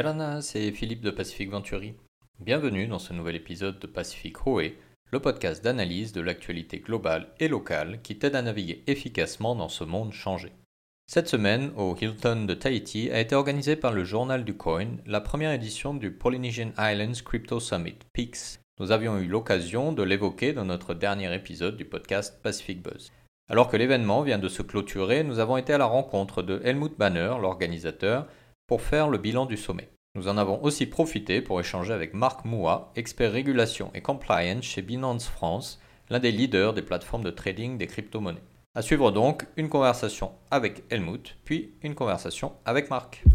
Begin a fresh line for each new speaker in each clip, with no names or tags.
Yalana, c'est Philippe de Pacific Venturi. Bienvenue dans ce nouvel épisode de Pacific Hoé, le podcast d'analyse de l'actualité globale et locale qui t'aide à naviguer efficacement dans ce monde changé. Cette semaine, au Hilton de Tahiti, a été organisée par le Journal du Coin la première édition du Polynesian Islands Crypto Summit, PIX. Nous avions eu l'occasion de l'évoquer dans notre dernier épisode du podcast Pacific Buzz. Alors que l'événement vient de se clôturer, nous avons été à la rencontre de Helmut Banner, l'organisateur, pour faire le bilan du sommet. Nous en avons aussi profité pour échanger avec Marc Moua, expert régulation et compliance chez Binance France, l'un des leaders des plateformes de trading des crypto-monnaies. À suivre donc une conversation avec Helmut, puis une conversation avec Marc.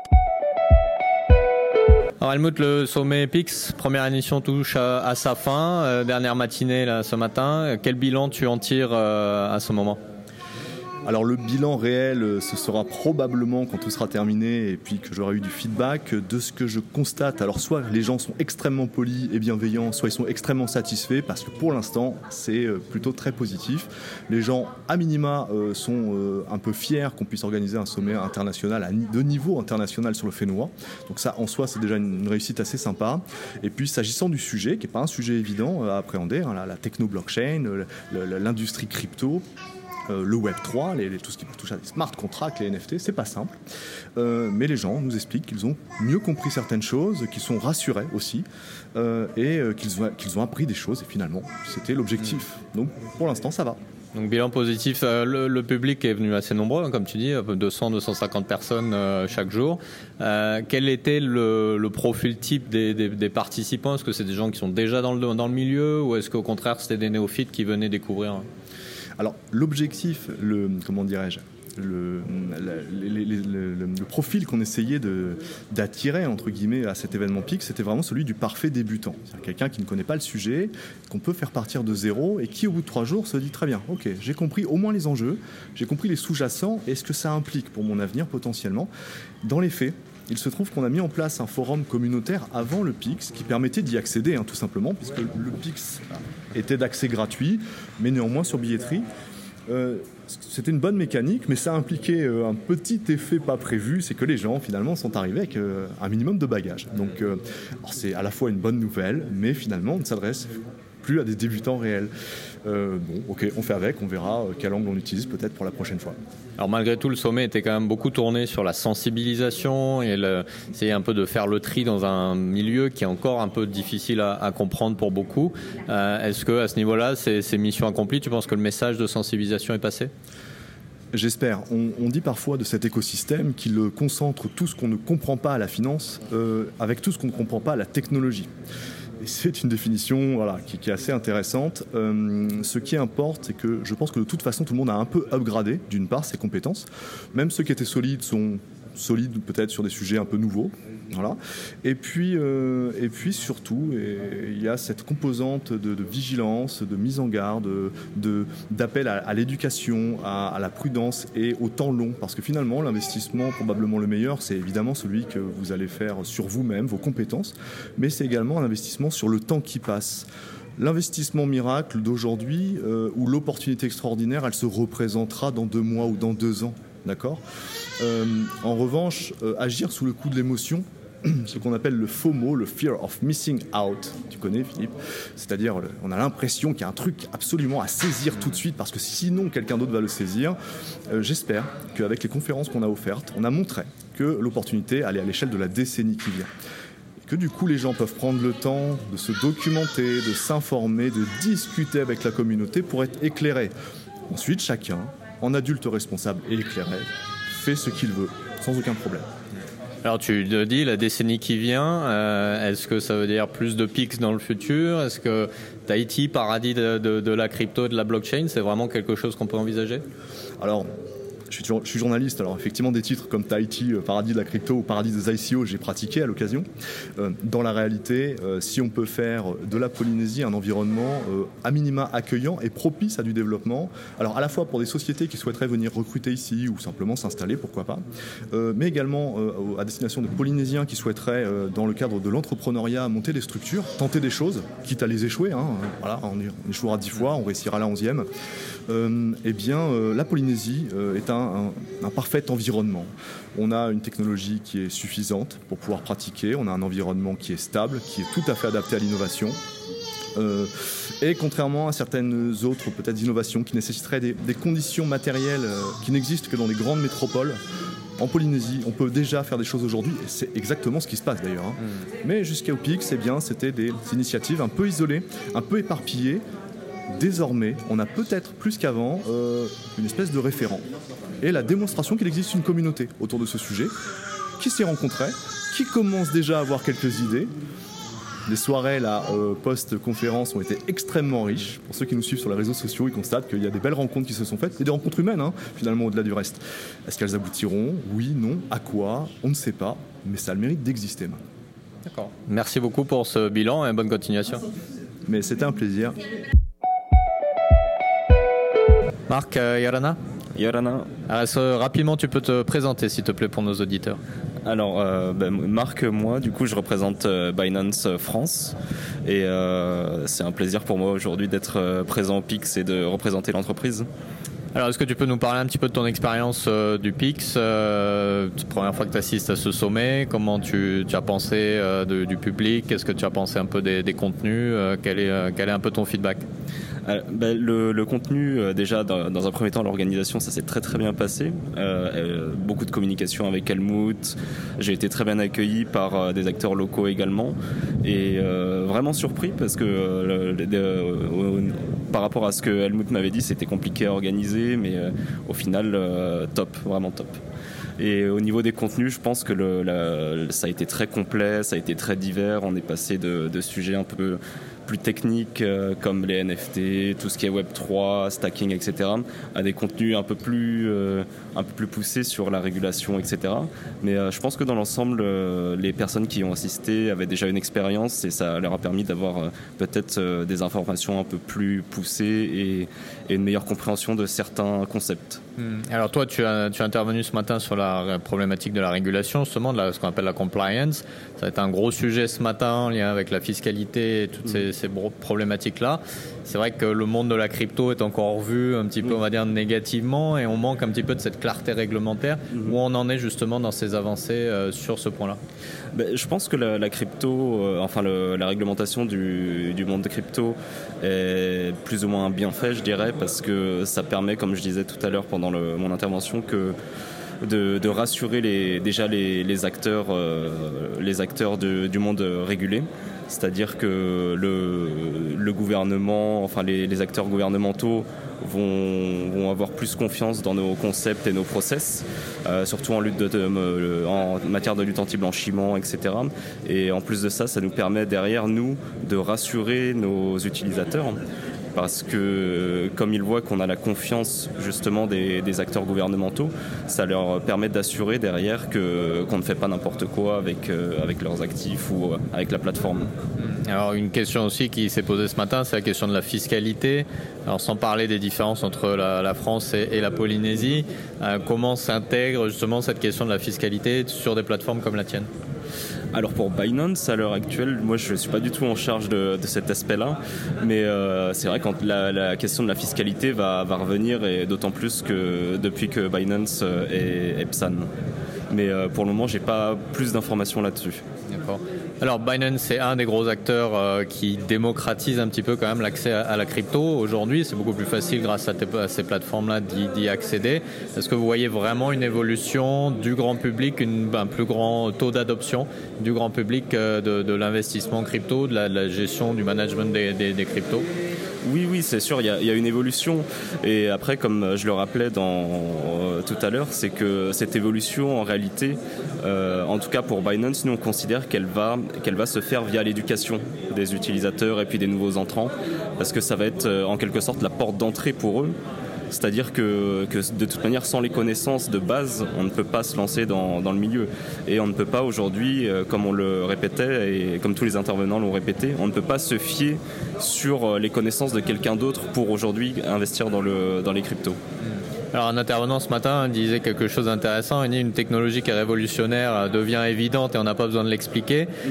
Alors Helmut, le sommet PIX, première édition touche à sa fin, dernière matinée là, ce matin. Quel bilan tu en tires à ce moment ?
Alors le bilan réel, ce sera probablement quand tout sera terminé et puis que j'aurai eu du feedback de ce que je constate. Alors soit les gens sont extrêmement polis et bienveillants, soit ils sont extrêmement satisfaits parce que pour l'instant c'est plutôt très positif. Les gens à minima sont un peu fiers qu'on puisse organiser un sommet international de niveau international sur le Whenua. Donc ça en soi c'est déjà une réussite assez sympa. Et puis s'agissant du sujet, qui n'est pas un sujet évident à appréhender, la techno-blockchain, l'industrie crypto, le Web3, tout ce qui touche à des smart contracts, les NFT, c'est pas simple. Mais les gens nous expliquent qu'ils ont mieux compris certaines choses, qu'ils sont rassurés aussi, et qu'ils ont appris des choses. Et finalement, c'était l'objectif. Donc, pour l'instant, ça va.
Donc bilan positif, le public est venu assez nombreux, comme tu dis, 200-250 personnes chaque jour. Quel était le profil type des participants ? Est-ce que c'est des gens qui sont déjà dans le milieu ou est-ce qu'au contraire c'était des néophytes qui venaient découvrir ?
Alors l'objectif, le profil qu'on essayait d'attirer entre guillemets à cet événement PIX, c'était vraiment celui du parfait débutant. C'est-à-dire quelqu'un qui ne connaît pas le sujet, qu'on peut faire partir de zéro et qui au bout de 3 jours se dit très bien, ok, j'ai compris au moins les enjeux, j'ai compris les sous-jacents et ce que ça implique pour mon avenir potentiellement. Dans les faits, il se trouve qu'on a mis en place un forum communautaire avant le PIX qui permettait d'y accéder, tout simplement, puisque le PIX était d'accès gratuit, mais néanmoins sur billetterie. C'était une bonne mécanique, mais ça impliquait un petit effet pas prévu, c'est que les gens finalement sont arrivés avec un minimum de bagages. Donc alors c'est à la fois une bonne nouvelle, mais finalement on ne s'adresse plus à des débutants réels. Ok, on fait avec, on verra quel angle on utilise peut-être pour la prochaine fois.
Alors malgré tout, le sommet était quand même beaucoup tourné sur la sensibilisation et essayer un peu de faire le tri dans un milieu qui est encore un peu difficile à comprendre pour beaucoup. Est-ce que à ce niveau-là, c'est mission accomplie ? Tu penses que le message de sensibilisation est passé ?
J'espère. On dit parfois de cet écosystème qu'il concentre tout ce qu'on ne comprend pas à la finance avec tout ce qu'on ne comprend pas à la technologie. Et c'est une définition qui est assez intéressante. Ce qui importe, c'est que je pense que de toute façon, tout le monde a un peu upgradé, d'une part, ses compétences. Même ceux qui étaient solides sont solides peut-être sur des sujets un peu nouveaux. Voilà. Et puis surtout, il y a cette composante de vigilance, de mise en garde, d'appel à l'éducation, à la prudence et au temps long. Parce que finalement, l'investissement probablement le meilleur, c'est évidemment celui que vous allez faire sur vous-même, vos compétences, mais c'est également un investissement sur le temps qui passe. L'investissement miracle d'aujourd'hui, ou l'opportunité extraordinaire, elle se représentera dans 2 mois ou dans 2 ans. D'accord ? En revanche, agir sous le coup de l'émotion, ce qu'on appelle le FOMO, le Fear of Missing Out, tu connais Philippe, c'est-à-dire on a l'impression qu'il y a un truc absolument à saisir tout de suite parce que sinon quelqu'un d'autre va le saisir. J'espère qu'avec les conférences qu'on a offertes, on a montré que l'opportunité allait à l'échelle de la décennie qui vient. Que du coup les gens peuvent prendre le temps de se documenter, de s'informer, de discuter avec la communauté pour être éclairés. Ensuite, chacun, en adulte responsable et éclairé, fait ce qu'il veut, sans aucun problème.
Alors tu le dis, la décennie qui vient, est-ce que ça veut dire plus de PIX dans le futur ? Est-ce que Tahiti, paradis de la crypto, de la blockchain, c'est vraiment quelque chose qu'on peut envisager ?
Alors, je suis journaliste, alors effectivement des titres comme Tahiti, paradis de la crypto ou paradis des ICO, j'ai pratiqué à l'occasion. Dans la réalité, si on peut faire de la Polynésie un environnement à minima accueillant et propice à du développement, alors à la fois pour des sociétés qui souhaiteraient venir recruter ici ou simplement s'installer, pourquoi pas, mais également à destination de Polynésiens qui souhaiteraient, dans le cadre de l'entrepreneuriat, monter des structures, tenter des choses, quitte à les échouer. On échouera 10 fois, on réussira la 11e. La Polynésie est un un parfait environnement. On a une technologie qui est suffisante pour pouvoir pratiquer, on a un environnement qui est stable, qui est tout à fait adapté à l'innovation. Et contrairement à certaines autres peut-être innovations qui nécessiteraient des conditions matérielles qui n'existent que dans les grandes métropoles, en Polynésie, on peut déjà faire des choses aujourd'hui, et c'est exactement ce qui se passe d'ailleurs. Mais jusqu'à OPIX, c'était des initiatives un peu isolées, un peu éparpillées. Désormais, on a peut-être plus qu'avant une espèce de référent. Et la démonstration qu'il existe une communauté autour de ce sujet, qui s'y rencontrait, qui commence déjà à avoir quelques idées. Les soirées post-conférence ont été extrêmement riches. Pour ceux qui nous suivent sur les réseaux sociaux, ils constatent qu'il y a des belles rencontres qui se sont faites. Et des rencontres humaines, finalement, au-delà du reste. Est-ce qu'elles aboutiront ? Oui, non. À quoi ? On ne sait pas. Mais ça a le mérite d'exister maintenant.
D'accord. Merci beaucoup pour ce bilan et bonne continuation.
Mais c'était un plaisir.
Marc Yorana ?
Yorana.
Alors, rapidement, tu peux te présenter, s'il te plaît, pour nos auditeurs.
Alors, Marc, moi, du coup, je représente Binance France. Et c'est un plaisir pour moi aujourd'hui d'être présent au PIX et de représenter l'entreprise.
Alors, est-ce que tu peux nous parler un petit peu de ton expérience du PIX, première fois que tu assistes à ce sommet, comment tu as pensé du public, est-ce que tu as pensé un peu des contenus, quel est un peu ton feedback ?
Le contenu, déjà, dans un premier temps, l'organisation, ça s'est très très bien passé. Beaucoup de communication avec Helmut. J'ai été très bien accueilli par des acteurs locaux également. Et vraiment surpris parce que par rapport à ce que Helmut m'avait dit, c'était compliqué à organiser, mais au final, top, vraiment top. Et au niveau des contenus, je pense que ça a été très complet, ça a été très divers. On est passé de sujets un peu plus techniques comme les NFT, tout ce qui est Web3, stacking, etc., à des contenus un peu plus poussés sur la régulation, etc. Mais je pense que dans l'ensemble, les personnes qui ont assisté avaient déjà une expérience et ça leur a permis d'avoir peut-être des informations un peu plus poussées et une meilleure compréhension de certains concepts.
Alors toi, tu as intervenu ce matin sur la problématique de la régulation, justement, de ce qu'on appelle la compliance. Ça va être un gros sujet ce matin en lien avec la fiscalité et toutes ces problématiques-là. C'est vrai que le monde de la crypto est encore vu un petit peu, on va dire, négativement et on manque un petit peu de cette clarté réglementaire. Où on en est justement dans ces avancées sur ce point-là?
Je pense que la crypto, la réglementation du monde de crypto est plus ou moins bien fait, je dirais, parce que ça permet, comme je disais tout à l'heure pendant mon intervention, de rassurer les acteurs du monde régulé. C'est-à-dire que le gouvernement, les acteurs gouvernementaux vont avoir plus confiance dans nos concepts et nos process, surtout en matière de lutte anti-blanchiment, etc. Et en plus de ça, ça nous permet derrière, nous, de rassurer nos utilisateurs. Parce que comme ils voient qu'on a la confiance justement des acteurs gouvernementaux, ça leur permet d'assurer derrière qu'on ne fait pas n'importe quoi avec leurs actifs ou avec la plateforme.
Alors une question aussi qui s'est posée ce matin, c'est la question de la fiscalité. Alors sans parler des différences entre la France et la Polynésie, comment s'intègre justement cette question de la fiscalité sur des plateformes comme la tienne ?
Alors pour Binance, à l'heure actuelle, moi je ne suis pas du tout en charge de cet aspect-là, mais c'est vrai que la question de la fiscalité va revenir, et d'autant plus que depuis que Binance est PSAN. Mais pour le moment, j'ai pas plus d'informations là-dessus.
D'accord. Alors Binance, c'est un des gros acteurs qui démocratise un petit peu quand même l'accès à la crypto. Aujourd'hui, c'est beaucoup plus facile grâce à ces plateformes-là d'y accéder. Est-ce que vous voyez vraiment une évolution du grand public, un plus grand taux d'adoption du grand public de l'investissement crypto, de la gestion, du management des cryptos ?
Oui, c'est sûr, il y a une évolution. Et après, comme je le rappelais tout à l'heure, c'est que cette évolution, en réalité, en tout cas pour Binance, nous on considère qu'elle va se faire via l'éducation des utilisateurs et puis des nouveaux entrants, parce que ça va être en quelque sorte la porte d'entrée pour eux. C'est-à-dire que de toute manière, sans les connaissances de base, on ne peut pas se lancer dans le milieu. Et on ne peut pas aujourd'hui, comme on le répétait et comme tous les intervenants l'ont répété, on ne peut pas se fier sur les connaissances de quelqu'un d'autre pour aujourd'hui investir dans les cryptos.
Alors un intervenant ce matin disait quelque chose d'intéressant, il dit une technologie qui est révolutionnaire devient évidente et on n'a pas besoin de l'expliquer.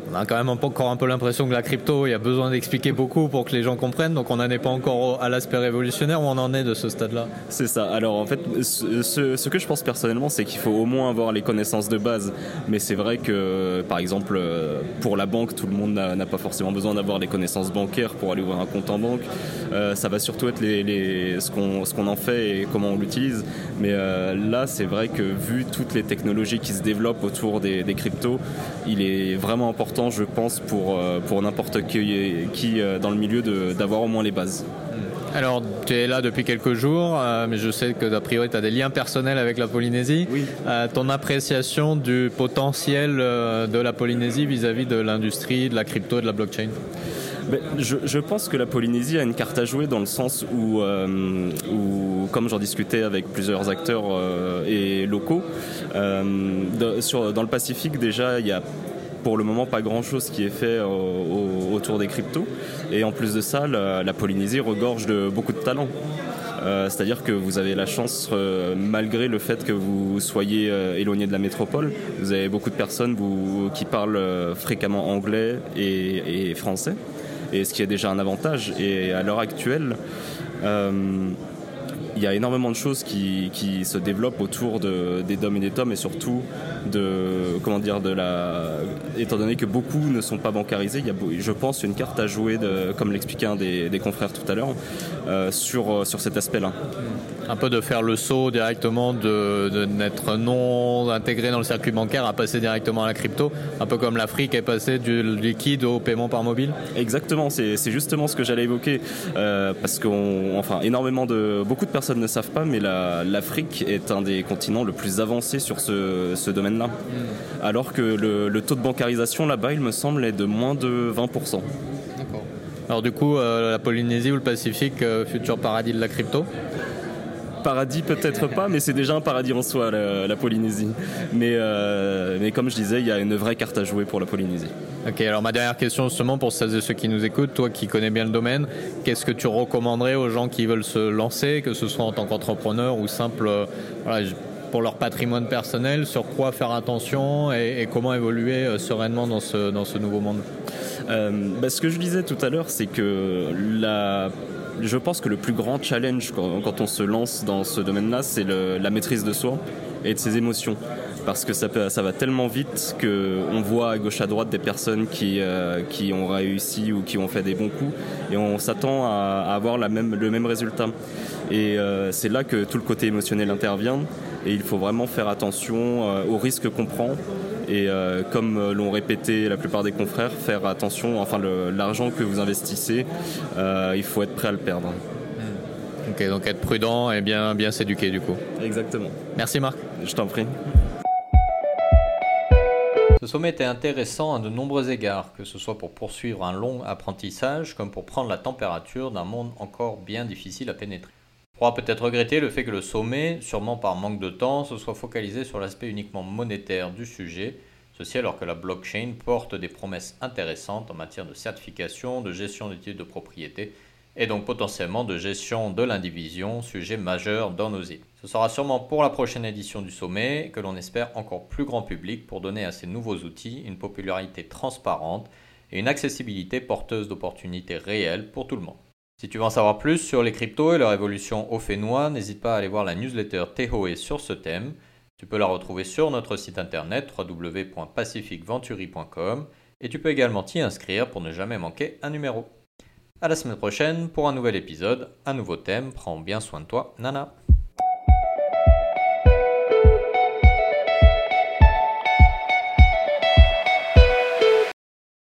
on a quand même encore un peu l'impression que la crypto, il y a besoin d'expliquer beaucoup pour que les gens comprennent, donc on n'en est pas encore à l'aspect révolutionnaire, où on en est de ce stade-là.
C'est ça. Alors en fait, ce que je pense personnellement, c'est qu'il faut au moins avoir les connaissances de base. Mais c'est vrai que, par exemple, pour la banque, tout le monde n'a pas forcément besoin d'avoir les connaissances bancaires pour aller ouvrir un compte en banque. Ça va surtout être ce qu'on en fait et comment on l'utilise. Mais là, c'est vrai que vu toutes les technologies qui se développent autour des cryptos, il est vraiment important, je pense, pour n'importe qui dans le milieu d'avoir au moins les bases.
Alors, tu es là depuis quelques jours, mais je sais que d'a priori tu as des liens personnels avec la Polynésie.
Oui.
Ton appréciation du potentiel de la Polynésie vis-à-vis de l'industrie, de la crypto et de la blockchain?
Je pense que la Polynésie a une carte à jouer dans le sens où comme j'en discutais avec plusieurs acteurs et locaux, dans le Pacifique déjà il y a pour le moment pas grand chose qui est fait autour des cryptos, et en plus de ça la Polynésie regorge de beaucoup de talents. C'est-à-dire que vous avez la chance, malgré le fait que vous soyez éloigné de la métropole, vous avez beaucoup de personnes qui parlent fréquemment anglais et français, et ce qui est déjà un avantage. Et à l'heure actuelle, il y a énormément de choses qui se développent autour des DOM et des TOM, et surtout étant donné que beaucoup ne sont pas bancarisés, il y a, je pense, une carte à jouer, comme l'expliquait un des confrères tout à l'heure, sur cet aspect-là.
Un peu de faire le saut directement de n'être non intégré dans le circuit bancaire à passer directement à la crypto, un peu comme l'Afrique est passée du liquide au paiement par mobile.
Exactement, c'est justement ce que j'allais évoquer, parce beaucoup de personnes ne savent pas, mais l'Afrique est un des continents le plus avancé sur ce domaine-là. Alors que le taux de bancarisation là-bas, il me semble, est de moins de 20%.
D'accord. Alors du coup, la Polynésie ou le Pacifique, futur paradis de la crypto?
Paradis peut-être pas, mais c'est déjà un paradis en soi, la Polynésie. Mais comme je disais, il y a une vraie carte à jouer pour la Polynésie.
Ok, alors ma dernière question justement pour celles et ceux qui nous écoutent, toi qui connais bien le domaine, qu'est-ce que tu recommanderais aux gens qui veulent se lancer, que ce soit en tant qu'entrepreneur ou simple, pour leur patrimoine personnel, sur quoi faire attention et comment évoluer sereinement dans ce nouveau monde?
Ce que je disais tout à l'heure, c'est que je pense que le plus grand challenge quand on se lance dans ce domaine-là, c'est la maîtrise de soi et de ses émotions. Parce que ça va tellement vite qu'on voit à gauche à droite des personnes qui ont réussi ou qui ont fait des bons coups, et on s'attend à avoir le même résultat. Et c'est là que tout le côté émotionnel intervient, et il faut vraiment faire attention aux risques qu'on prend. Et comme l'ont répété la plupart des confrères, faire attention, l'argent que vous investissez, il faut être prêt à le perdre.
Ok, donc être prudent et bien s'éduquer du coup.
Exactement.
Merci Marc.
Je t'en prie.
Ce sommet était intéressant à de nombreux égards, que ce soit pour poursuivre un long apprentissage comme pour prendre la température d'un monde encore bien difficile à pénétrer. On pourra peut-être regretter le fait que le sommet, sûrement par manque de temps, se soit focalisé sur l'aspect uniquement monétaire du sujet, ceci alors que la blockchain porte des promesses intéressantes en matière de certification, de gestion des titres de propriété et donc potentiellement de gestion de l'indivision, sujet majeur dans nos îles. Ce sera sûrement pour la prochaine édition du sommet, que l'on espère encore plus grand public pour donner à ces nouveaux outils une popularité transparente et une accessibilité porteuse d'opportunités réelles pour tout le monde. Si tu veux en savoir plus sur les cryptos et leur évolution au Fénois, n'hésite pas à aller voir la newsletter Tehoe sur ce thème. Tu peux la retrouver sur notre site internet www.pacificventuri.com et tu peux également t'y inscrire pour ne jamais manquer un numéro. À la semaine prochaine pour un nouvel épisode, un nouveau thème. Prends bien soin de toi, Nana.